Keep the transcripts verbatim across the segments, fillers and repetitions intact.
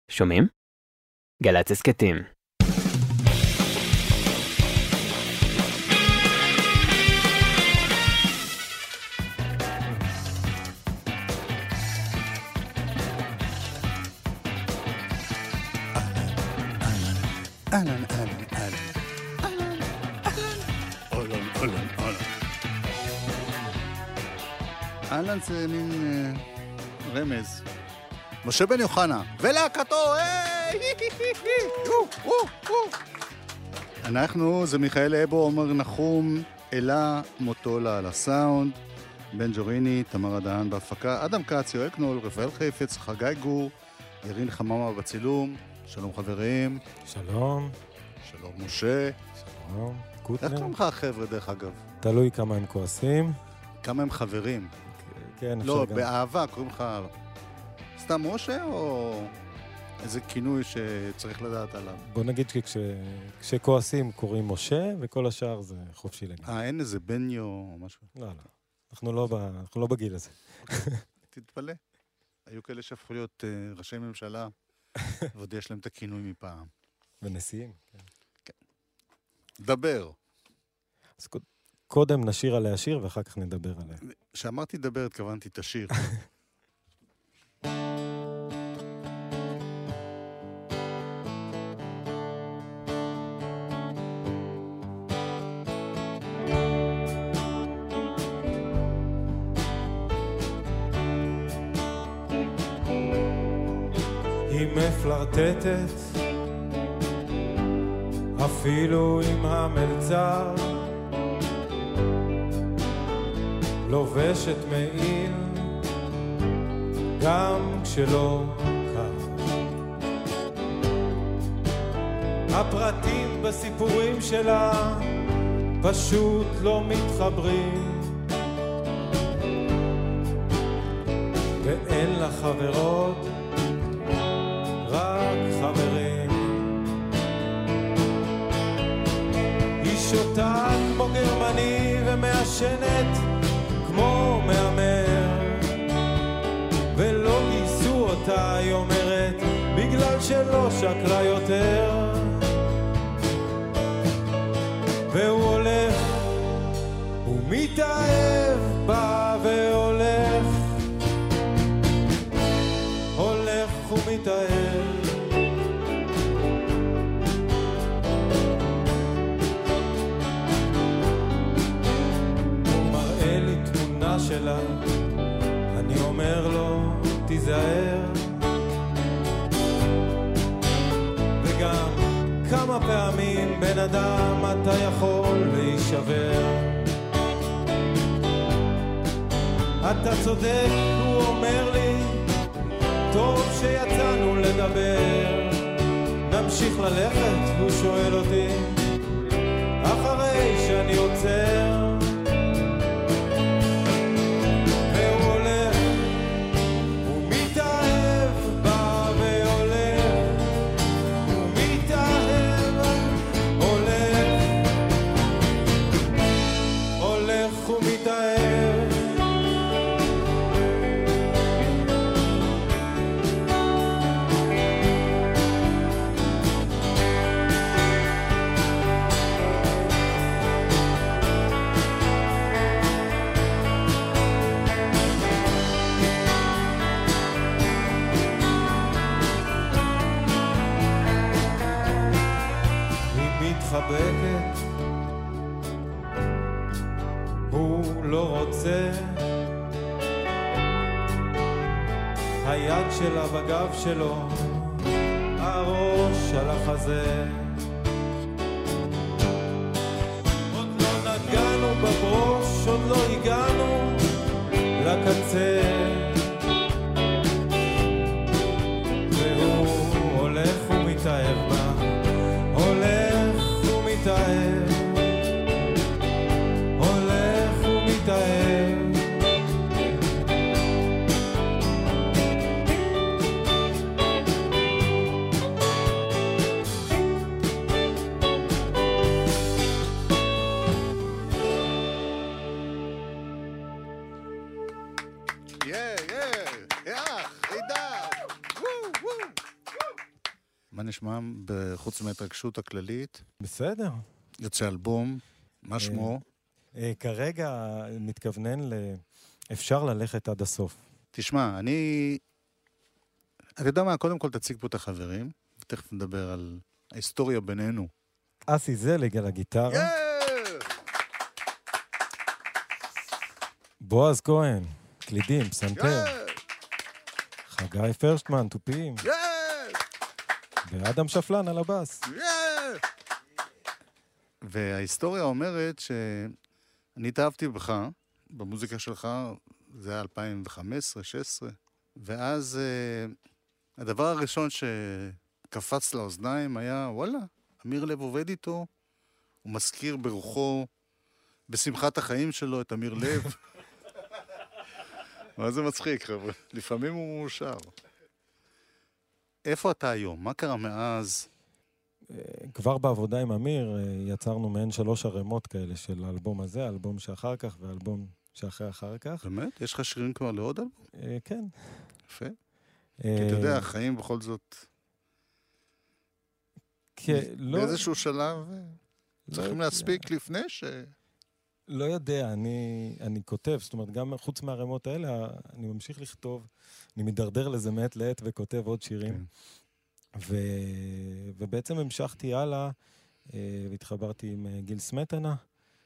שומעים? גל"צ הסכתים. אהלן, אהלן, אהלן. אהלן, אהלן. אהלן, אהלן, אהלן. אהלן זה מין אה, רמז. משה בן יוחנה, ולהקתו, היי! אנחנו, זה מיכאל אבו, עומר נחום, אלה מוטולה על הסאונד, בן ג'וריני, תמר עדהן בהפקה, אדם קץ, יואל קנול, רפאל חפץ, חגי גור, ירין חממה בצילום. שלום חברים. שלום. שלום משה. שלום. איך קוראים לך החבר'ה דרך אגב? תלוי כמה הם כועסים. כמה הם חברים? כן, אפשר לא, גם. באהבה קוראים לך סתם משה או איזה כינוי שצריך לדעת עליו? בוא נגיד שכשכועסים קוראים משה, וכל השאר זה חופשי לגמרי. אה, אין איזה בניו או משהו? לא, לא. אנחנו לא, ב... אנחנו לא בגיל הזה. תתפלא. היו כאלה שהפכו להיות uh, ראשי ממשלה, ועוד יש להם את הכינוי מפעם. ונשיאים, כן. כן. דבר. אז קודם נשיר עליה שיר, ואחר כך נדבר עליה. כשאמרתי דבר, התכוונתי את השיר. היא מפלרטטת אפילו עם המלצר, לובשת מעיל גם כשלא קר. הפרטים בסיפורים שלה פשוט לא מתחברים, ואין לה חברות, רק חברים. היא שותה כמו גרמני ומעשנת כמו מאמר, ולא גייסו אותה, היא אומרת, בגלל שלא שקלה יותר. והוא הולך, הוא מתאהב בה והולך, הולך ומתאהב. הוא מראה לי תמונה שלה, אני אומר לו תיזהר, וגם כמה פעמים בן אדם אתה יכול להישבר. אתה צודק, הוא אומר לי, טוב שיצאנו לדבר, נמשיך ללכת, הוא שואל אותי, אחרי שאני עוצר. והוא הולך, הוא מתאהב בה והולך, הוא מתאהב, הולך, הולך ומתאהב. מתחבקת, הוא לא רוצה, היד שלה בגב שלו, הראש על החזה. עוד לא נגענו בראש, עוד לא הגענו לקצה, והוא הולך ומתאהב בה, הולך ומתאהב, הולך ומתאהב. Yeah. מה נשמע בחוץ מההתרגשות הכללית? בסדר. יוצא אלבום, מה שמו? כרגע מתכוונן ל... אפשר ללכת עד הסוף. תשמע, אני... אתה יודע מה, קודם כל תציג פה את החברים, ותכף נדבר על ההיסטוריה בינינו. אסי זלג על הגיטרה. בועז כהן, קלידים, פסנתר. חגי פרשטמן, טופים. ואדם שפלן על הבאס. וההיסטוריה אומרת שאני התאהבתי בך, במוזיקה שלך, זה היה אלפיים וחמש עשרה שש עשרה, ואז הדבר הראשון שקפץ לאוזניים היה, וואלה, אמיר לב עובד איתו, הוא מזכיר ברוחו, בשמחת החיים שלו, את אמיר לב. מה זה מצחיק, חבר'ה? לפעמים הוא מאושר. איפה אתה היום? מה קרה מאז? כבר בעבודה עם אמיר יצרנו מעין שלוש הרמות כאלה של האלבום הזה, האלבום שאחר כך והאלבום שאחרי אחר כך. באמת? יש לך שירים כבר לעוד אלבום? כן. יפה. כי אתה יודע, החיים בכל זאת... באיזשהו שלב צריכים להספיק לפני ש... לא יודע, אני, אני כותב, זאת אומרת, גם חוץ מהרמות האלה, אני ממשיך לכתוב, אני מדרדר לזה מעת לעת וכותב עוד שירים. ו, ובעצם המשכתי הלאה, והתחברתי עם גיל סמטנה.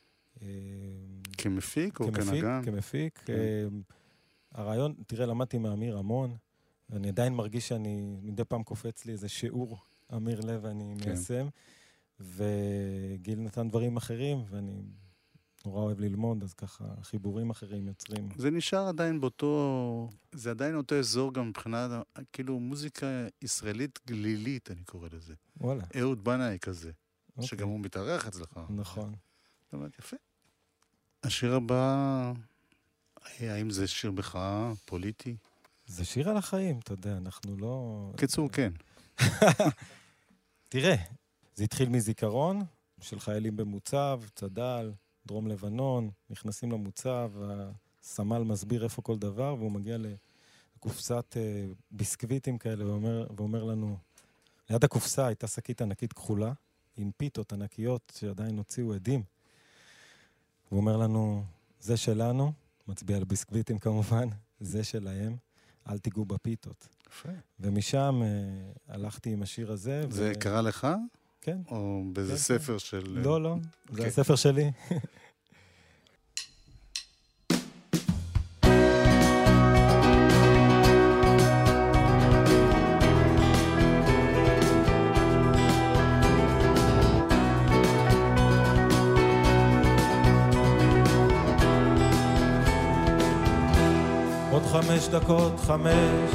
כמפיק או כנגן? כמפיק. הרעיון, תראה, למדתי מאמיר המון, ואני עדיין מרגיש שאני, מדי פעם קופץ לי איזה שיעור אמיר לב ואני מיישם, וגיל נתן דברים אחרים, ואני... נורא אוהב ללמוד, אז ככה חיבורים אחרים יוצרים. זה נשאר עדיין באותו... זה עדיין אותו אזור גם מבחינת, כאילו מוזיקה ישראלית גלילית, אני קורא לזה. וואלה. אהוד בנאי כזה, אוקיי. שגם הוא מתארח אצלך. נכון. זאת אומרת, יפה. השיר הבא, האם זה שיר מחאה פוליטי? זה שיר על החיים, אתה יודע, אנחנו לא... קיצור, כן. תראה, זה התחיל מזיכרון של חיילים במוצב, צדל, דרום לבנון, נכנסים למוצב, הסמל מסביר איפה כל דבר, והוא מגיע לקופסת אה, ביסקוויטים כאלה, ואומר, ואומר לנו, ליד הקופסה הייתה שקית ענקית כחולה, עם פיתות ענקיות שעדיין הוציאו עדים. הוא אומר לנו, זה שלנו, מצביע על ביסקוויטים כמובן, זה שלהם, אל תיגעו בפיתות. יפה. ומשם אה, הלכתי עם השיר הזה. זה ו... קרה לך? כן. או באיזה כן, ספר כן. של... לא, לא, זה okay. הספר שלי. עוד חמש דקות, חמש,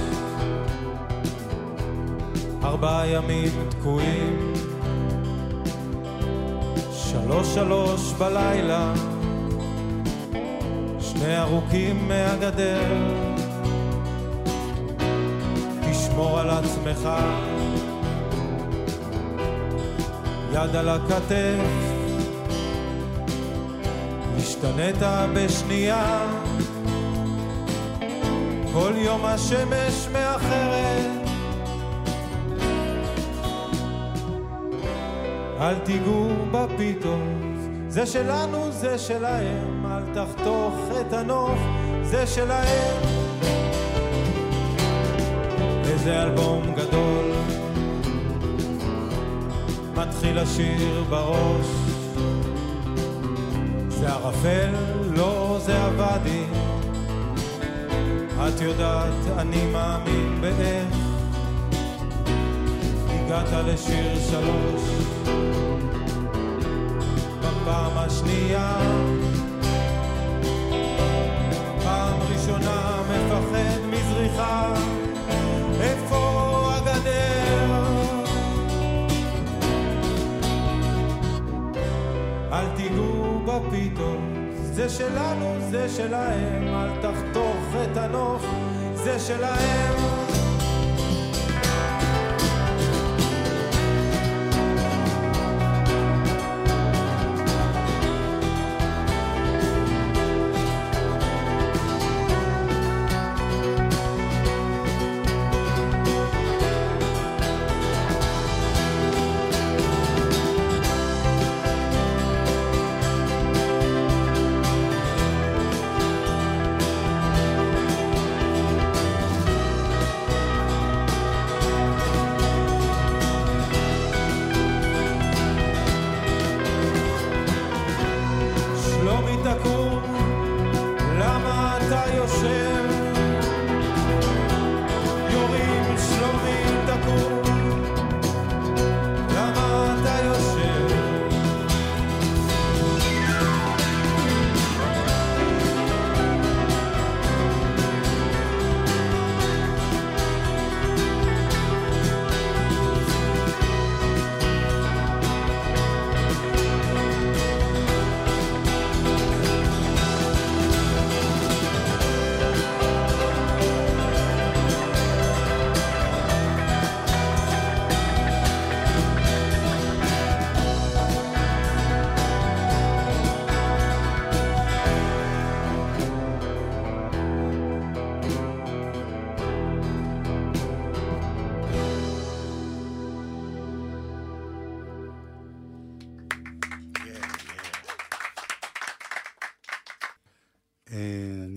ארבעה ימים תקועים, שלוש שלוש בלילה, שני ארוכים מהגדר, תשמור על עצמך, יד על הכתף, השתנית בשנייה, כל יום השמש מאחרת, אל תיגעו בפיתות, זה שלנו, זה שלהם, אל תחתוך את הנוף, זה שלהם. איזה אלבום גדול, מתחיל השיר בראש, זה ערפל, לא זה עבדי, את יודעת, אני מאמין באיך הגעת לשיר שלוש בפעם השנייה, פעם ראשונה מפחד מזריחה, איפה הגדר? אל תיגעו בפיתות, זה שלנו, זה שלהם, אל תחתוך את הנוף, זה שלהם.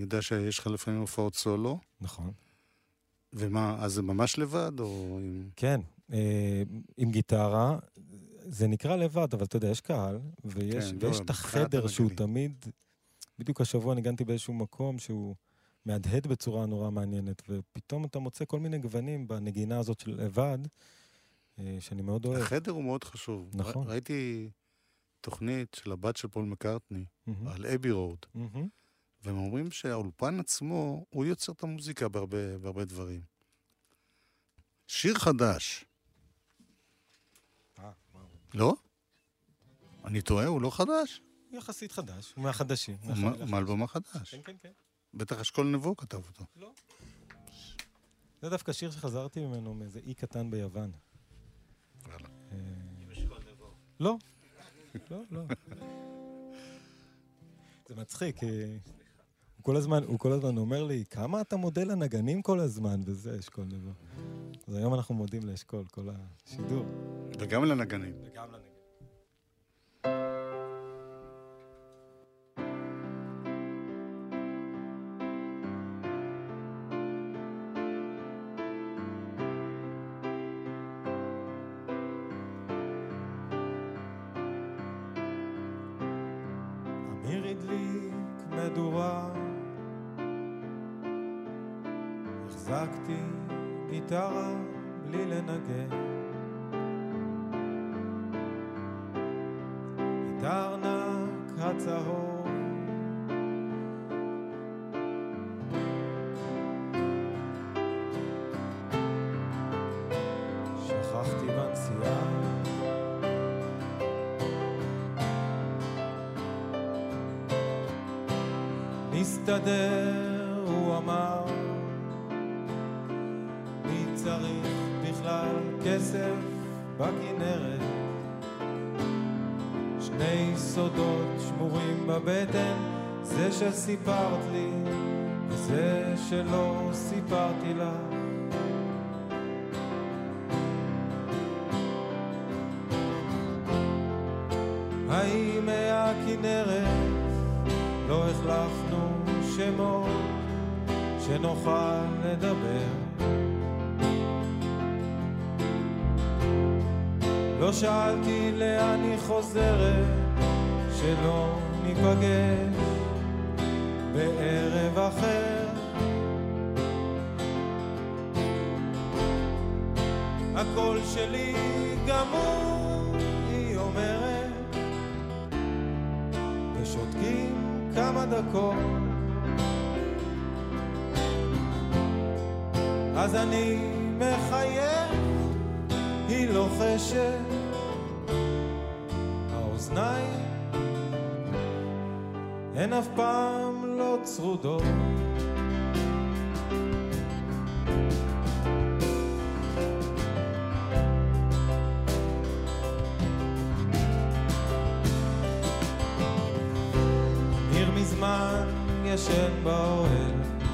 יודע שיש לך לפעמים הופעות סולו. נכון. ומה, אז זה ממש לבד, או עם... כן, אה, עם גיטרה, זה נקרא לבד, אבל אתה יודע, יש קהל, ויש, כן, ויש לא, את החדר מבחינת שהוא הנגנים. תמיד, בדיוק השבוע ניגנתי באיזשהו מקום שהוא מהדהד בצורה נורא מעניינת, ופתאום אתה מוצא כל מיני גוונים בנגינה הזאת של לבד, אה, שאני מאוד אוהב. החדר הוא מאוד חשוב. נכון. ר- ראיתי תוכנית של הבת של פול מקארטני, מהמם, על אבי רוד, מהמם. והם אומרים שהאולפן עצמו, הוא יוצר את המוזיקה בהרבה, בהרבה דברים. שיר חדש, אה, וואו. לא? אני טועה, הוא לא חדש? הוא יחסית חדש, הוא מהחדשים. הוא מהחדש. מ- מאלבום החדש. כן, כן, כן. בטח אשכול נבו כתב אותו. לא. זה דווקא שיר שחזרתי ממנו מאיזה אי קטן ביוון. וואלה. אה, לא, לא, לא. זה מצחיק, כי הוא כל הזמן, הוא כל הזמן אומר לי, כמה אתה מודה לנגנים כל הזמן, וזה אשכול נבו. אז היום אנחנו מודים לאשכול, כל השידור. וגם לנגנים. וגם לנגנים. אמיר הדליק מדורה, החזקתי גיטרה בלי לנגן, את הארנק הצהוב שכחתי בנסיעה, נסתדר, הוא אמר, מי צריך בכלל כסף בכנרת, שני סודות שמורים בבטן, זה שסיפרת לי וזה שלא סיפרתי לך. האם מהכנרת לא החלפנו שמות שנוכל לדבר, לא שאלתי לאן היא חוזרת, שלא ניפגש בערב אחר. הכל שלי גמור, היא אומרת, ושותקים כמה דקות, אז אני מחייך, היא לוחשת, האוזניים הן אף פעם לא צרודות. עיר מזמן ישן באוהל,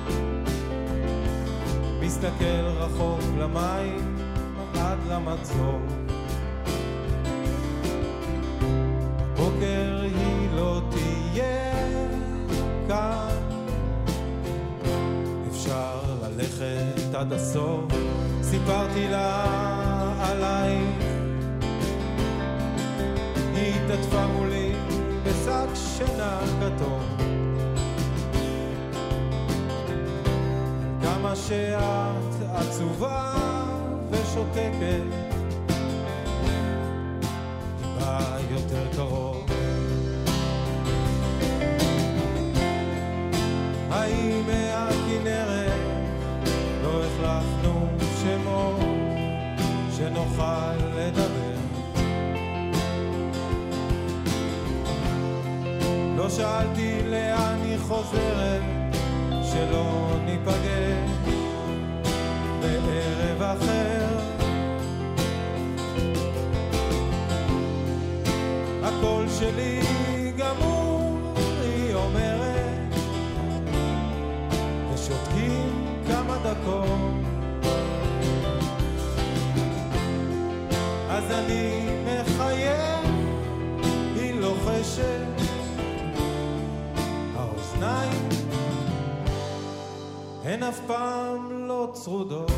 מסתכל רחוק למים עד למצור, בוקר היא לא תהיה כאן, אפשר ללכת עד הסוף, סיפרתי לה עליי, היא תטפה מולי בשק שינה כתום, כמה שאת עצובה ושותקת, בא יותר קרוב. האם מהכנרת לא החלפנו שמות שנוכל לדבר, לא שאלתי לאן היא חוזרת, שלא ניפגש בערב אחר. הכל שלי גמור, היא אומרת, ושותקים כמה דקות, אז אני מחייך, היא לוחשת, האוזניים הן אף פעם לא צרודות.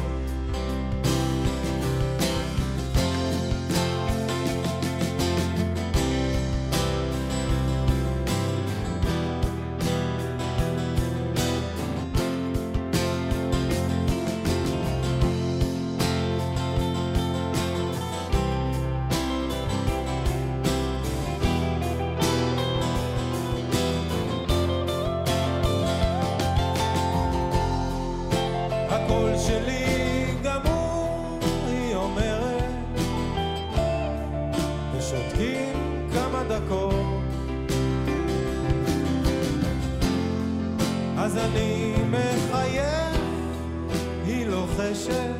אז אני מחייך, היא לוחשת,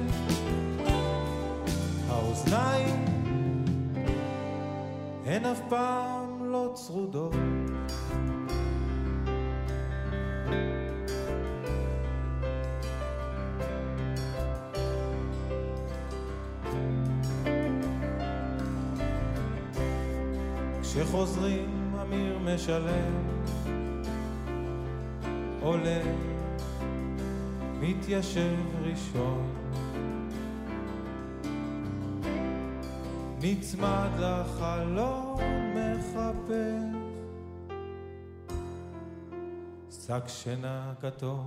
האוזניים הן אף פעם לא צרודות. כשחוזרים אמיר משלם, עולה, מתיישב ראשון, נצמד לחלון מחפש שק שינה כתוב.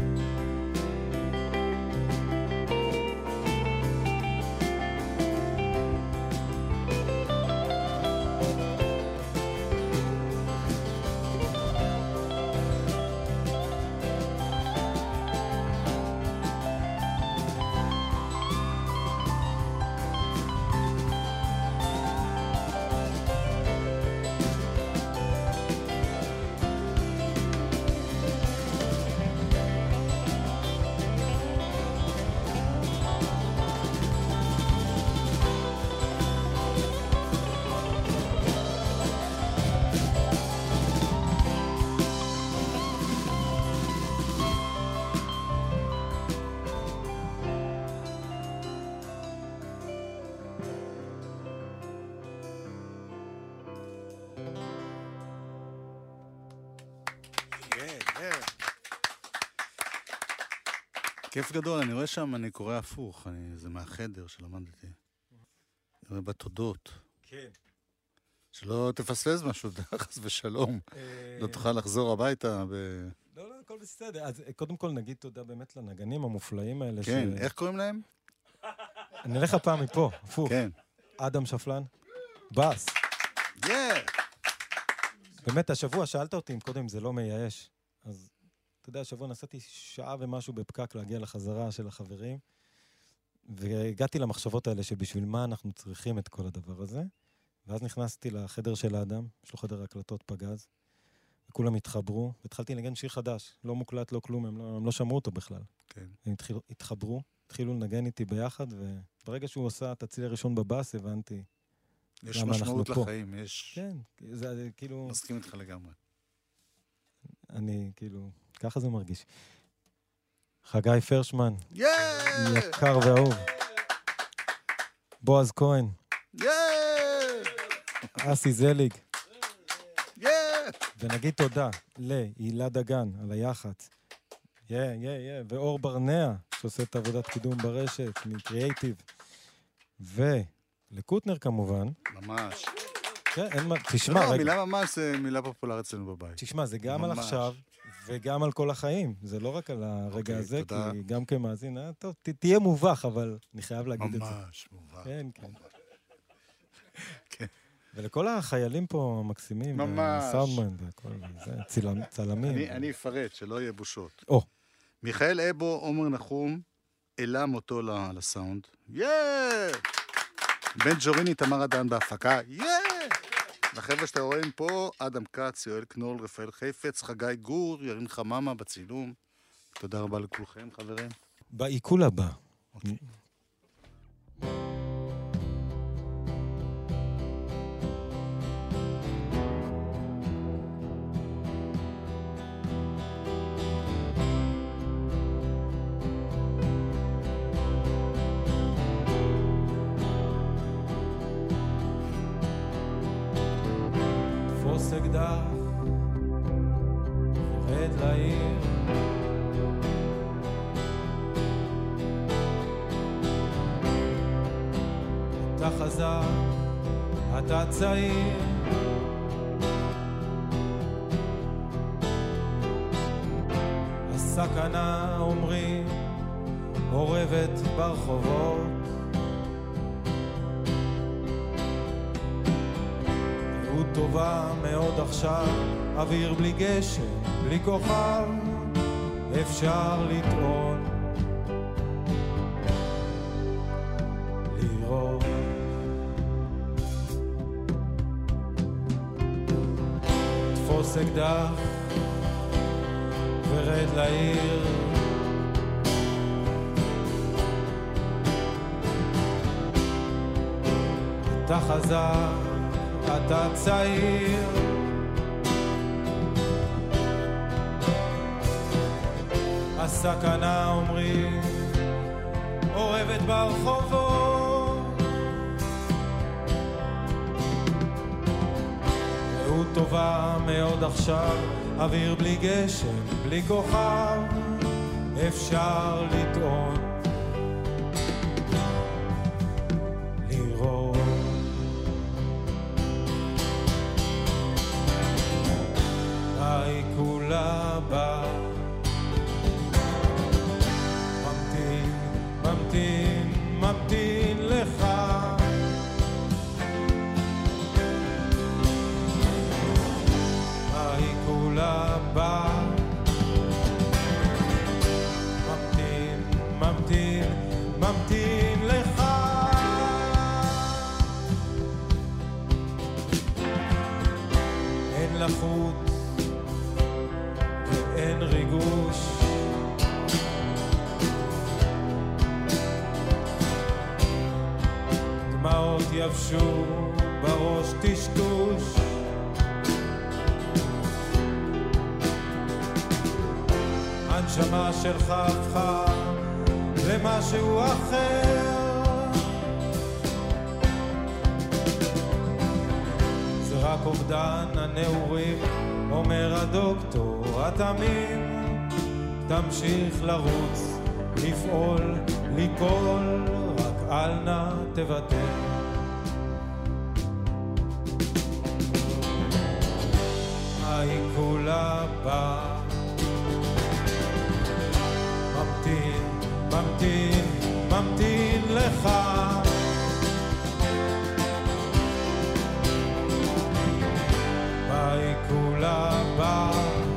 כיף גדול, אני רואה שם, אני קורא הפוך, אני, זה מהחדר שלמדתי. אני רואה בתודות. כן. שלא תפספס משהו, חס ושלום. לא תוכל לחזור הביתה ב... לא, לא, הכל בסדר. אז קודם כל נגיד תודה באמת לנגנים המופלאים האלה. כן, איך קוראים להם? אני אלך הפעם מפה, הפוך. כן. אדם שפלן, בס. כן. באמת, השבוע שאלת אותי אם קודם זה לא מייאש. אז אתה יודע, השבוע נסעתי שעה ומשהו בפקק להגיע לחזרה של החברים, והגעתי למחשבות האלה שבשביל מה אנחנו צריכים את כל הדבר הזה, ואז נכנסתי לחדר של האדם, יש לו חדר הקלטות פגז, וכולם התחברו, והתחלתי לנגן שיר חדש, לא מוקלט, לא כלום, הם לא, הם לא שמעו אותו בכלל. כן. הם התחיל, התחברו, התחילו לנגן איתי ביחד, וברגע שהוא עושה את הציל הראשון בבאס, הבנתי יש משמעות לחיים, יש... כן, זה כאילו... מסכים איתך לגמרי. אני כאילו... ככה זה מרגיש. חגי פרשמן. יא! יקר ואהוב. בועז כהן. יא! אסי זליג. יא! ונגיד תודה להילה דגן על היח"צ. יא, יא, יא. ואור ברנע, שעושה את עבודת קידום ברשת, מקריאייטיב. ולקוטנר כמובן. ממש. כן, אין מה... תשמע, רגע. מילה ממש זה מילה פופולרית אצלנו בבית. תשמע, זה גם על עכשיו, וגם על כל החיים. זה לא רק על הרגע הזה, כי גם כמאזין, טוב, תהיה מובך, אבל אני חייב להגיד את זה. ממש מובך. כן, כן. ולכל החיילים פה המקסימים, ממש. סאונדמן והכל, צלמים. אני אפרט, שלא יהיה בושות. או. מיכאל אבו, עומר נחום, אלה מותו לסאונד. יא! בן ג'וריני, תמר עדן בהפקה. יא! לחבר'ה שאתם רואים פה, אדם כץ, יואל קנול, רפאל חפץ, חגי גור, ירין חממה בצילום. תודה רבה לכולכם, חברים. בעיכול הבא. אוקיי. אקדח, ירד לעיר, אתה חזק, אתה צעיר, הסכנה אומרים עורבת ברחובות, הוא טובה מאוד עכשיו, אוויר בלי גשם, בלי כוכב, אפשר לטעון, לראות. תפוס אקדח ורד לעיר, אתה חזק, אתה צעיר, הסכנה אומרים אורבת ברחובות, והוא טובה מאוד עכשיו, אוויר בלי גשם, בלי כוכב, אפשר לטעון, לראות. היי כולה בא, ממתין, ממתין, ממתין לך, היי כולה בא, ממתין, ממתין, ממתין לך, אין לחוט ואין ריגוש, דמעות יבשו בראש טשטוש, הנשמה שלך הפכה למשהו אחר, זה רק אובדן הנעורים, אומר הדוקטור התמים, תמשיך לרוץ, לפעול, ליפול, רק אל נא תוותר. היי כולה בא, ממתין, ממתין, ממתין לך, היי כולה בא,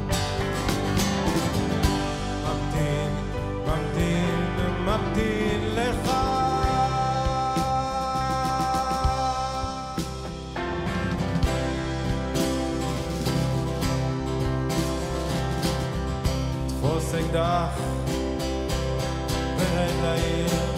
ממתין, ממתין, ממתין לך, תפוס אקדח ורד לעיר,